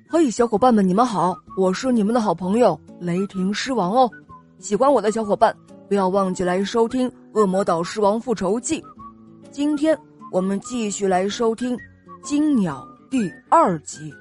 嘿，小伙伴们，你们好，我是你们的好朋友雷霆狮王哦。喜欢我的小伙伴，不要忘记来收听《恶魔岛狮王复仇记》。今天我们继续来收听《金鸟》第2集。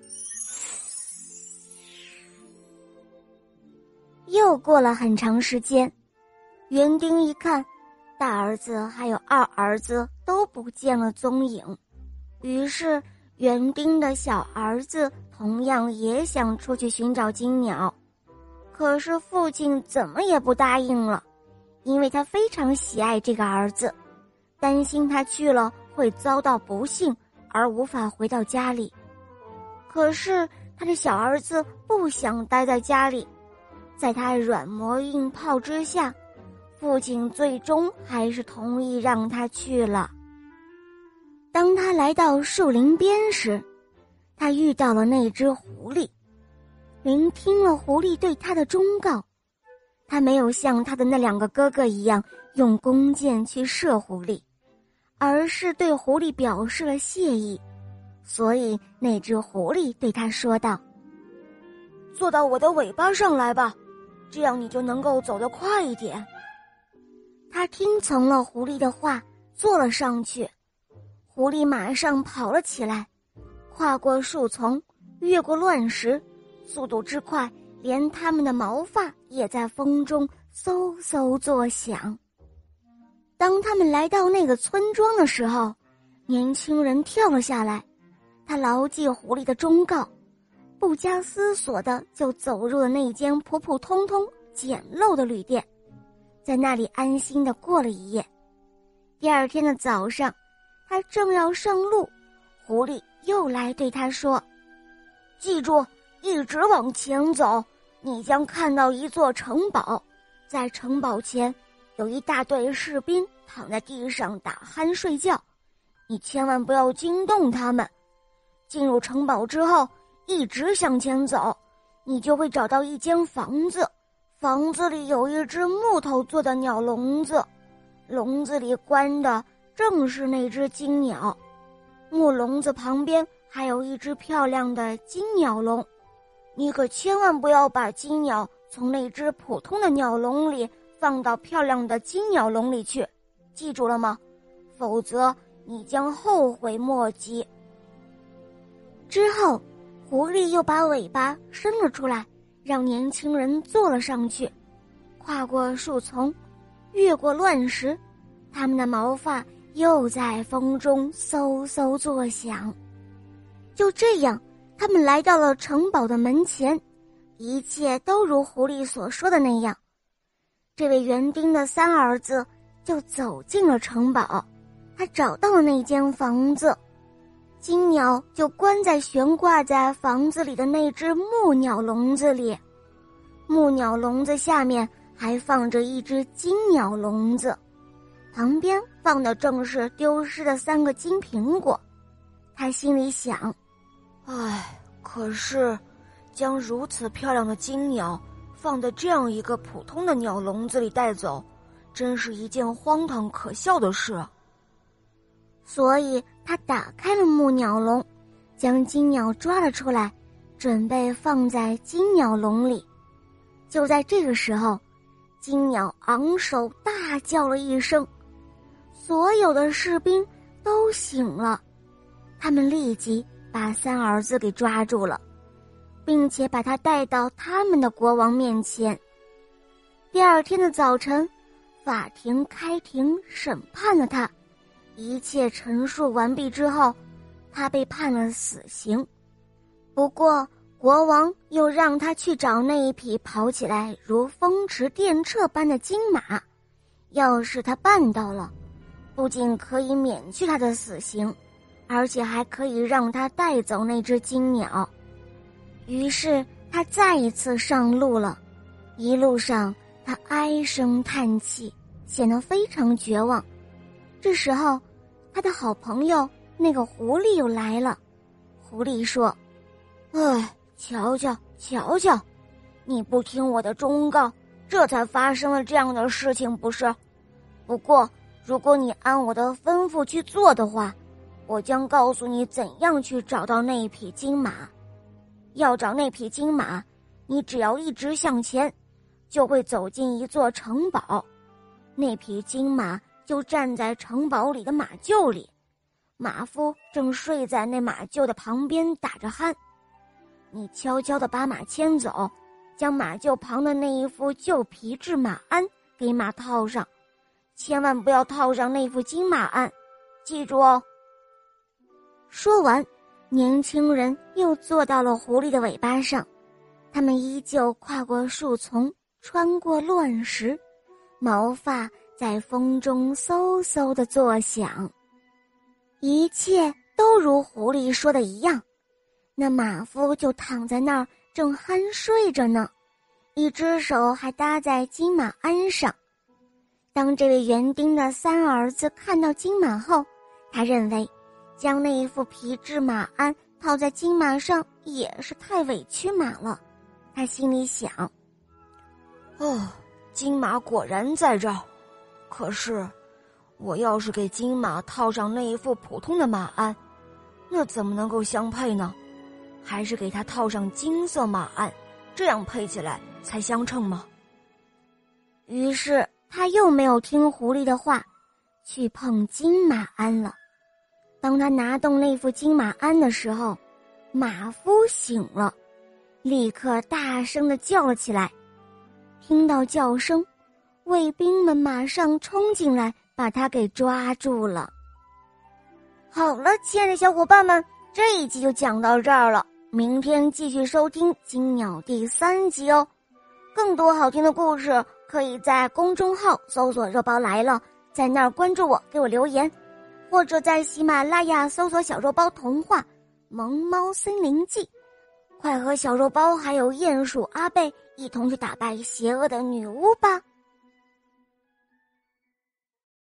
又过了很长时间，园丁一看，大儿子还有二儿子都不见了踪影，于是园丁的小儿子同样也想出去寻找金鸟，可是父亲怎么也不答应了，因为他非常喜爱这个儿子，担心他去了会遭到不幸而无法回到家里。可是他的小儿子不想待在家里，在他软磨硬泡之下，父亲最终还是同意让他去了。当他来到树林边时，他遇到了那只狐狸，聆听了狐狸对他的忠告。他没有像他的那2个哥哥一样用弓箭去射狐狸，而是对狐狸表示了谢意。所以那只狐狸对他说道：坐到我的尾巴上来吧，这样你就能够走得快一点。他听从了狐狸的话，坐了上去。狐狸马上跑了起来，跨过树丛，越过乱石，速度之快，连它们的毛发也在风中嗖嗖作响。当他们来到那个村庄的时候，年轻人跳了下来，他牢记狐狸的忠告，不加思索地就走入了那间普普通通简陋的旅店，在那里安心地过了一夜。第2天的早上，他正要上路，狐狸又来对他说：记住，一直往前走，你将看到一座城堡，在城堡前有一大队士兵躺在地上打鼾睡觉，你千万不要惊动他们。进入城堡之后，一直向前走，你就会找到一间房子，房子里有一只木头做的鸟笼子，笼子里关的正是那只金鸟，木笼子旁边还有一只漂亮的金鸟笼，你可千万不要把金鸟从那只普通的鸟笼里放到漂亮的金鸟笼里去，记住了吗？否则你将后悔莫及。之后，狐狸又把尾巴伸了出来，让年轻人坐了上去，跨过树丛，越过乱石，他们的毛发又在风中嗖嗖作响。就这样，他们来到了城堡的门前，一切都如狐狸所说的那样。这位园丁的3儿子就走进了城堡，他找到了那间房子，金鸟就关在悬挂在房子里的那只木鸟笼子里，木鸟笼子下面还放着一只金鸟笼子，旁边放的正是丢失的3个金苹果。他心里想，可是将如此漂亮的金鸟放在这样一个普通的鸟笼子里带走，真是一件荒唐可笑的事。所以他打开了木鸟笼，将金鸟抓了出来，准备放在金鸟笼里。就在这个时候，金鸟昂首大叫了一声，所有的士兵都醒了，他们立即把3儿子给抓住了，并且把他带到他们的国王面前。第2天的早晨，法庭开庭审判了他，一切陈述完毕之后，他被判了死刑。不过国王又让他去找那一匹跑起来如风驰电掣般的金马，要是他办到了，不仅可以免去他的死刑，而且还可以让他带走那只金鸟。于是他再一次上路了，一路上他唉声叹气，显得非常绝望。这时候他的好朋友那个狐狸又来了。狐狸说：瞧瞧，你不听我的忠告，这才发生了这样的事情，不是？不过如果你按我的吩咐去做的话，我将告诉你怎样去找到那一匹金马。 要找那匹金马，你只要一直向前，就会走进一座城堡，那匹金马就站在城堡里的马厩里，马夫正睡在那马厩的旁边打着鼾。你悄悄地把马牵走，将马厩旁的那一副旧皮质马鞍给马套上，千万不要套上那副金马鞍，记住哦。说完，年轻人又坐到了狐狸的尾巴上，他们依旧跨过树丛，穿过乱石，毛发在风中嗖嗖地作响。一切都如狐狸说的一样，那马夫就躺在那儿正酣睡着呢，一只手还搭在金马鞍上。当这位园丁的三儿子看到金马后，他认为将那一副皮质马鞍套在金马上也是太委屈马了。他心里想， 金马果然在这儿，可是我要是给金马套上那一副普通的马鞍，那怎么能够相配呢？还是给他套上金色马鞍，这样配起来才相称吗？ 于是他又没有听狐狸的话，去碰金马鞍了。当他拿动那副金马鞍的时候，马夫醒了，立刻大声地叫了起来。听到叫声，卫兵们马上冲进来，把他给抓住了。好了，亲爱的小伙伴们，这一集就讲到这儿了，明天继续收听《金鸟》第3集哦。更多好听的故事可以在公众号搜索肉包来了，在那儿关注我，给我留言，或者在喜马拉雅搜索小肉包童话《萌猫森林记》，快和小肉包还有鼹鼠阿贝一同去打败邪恶的女巫吧。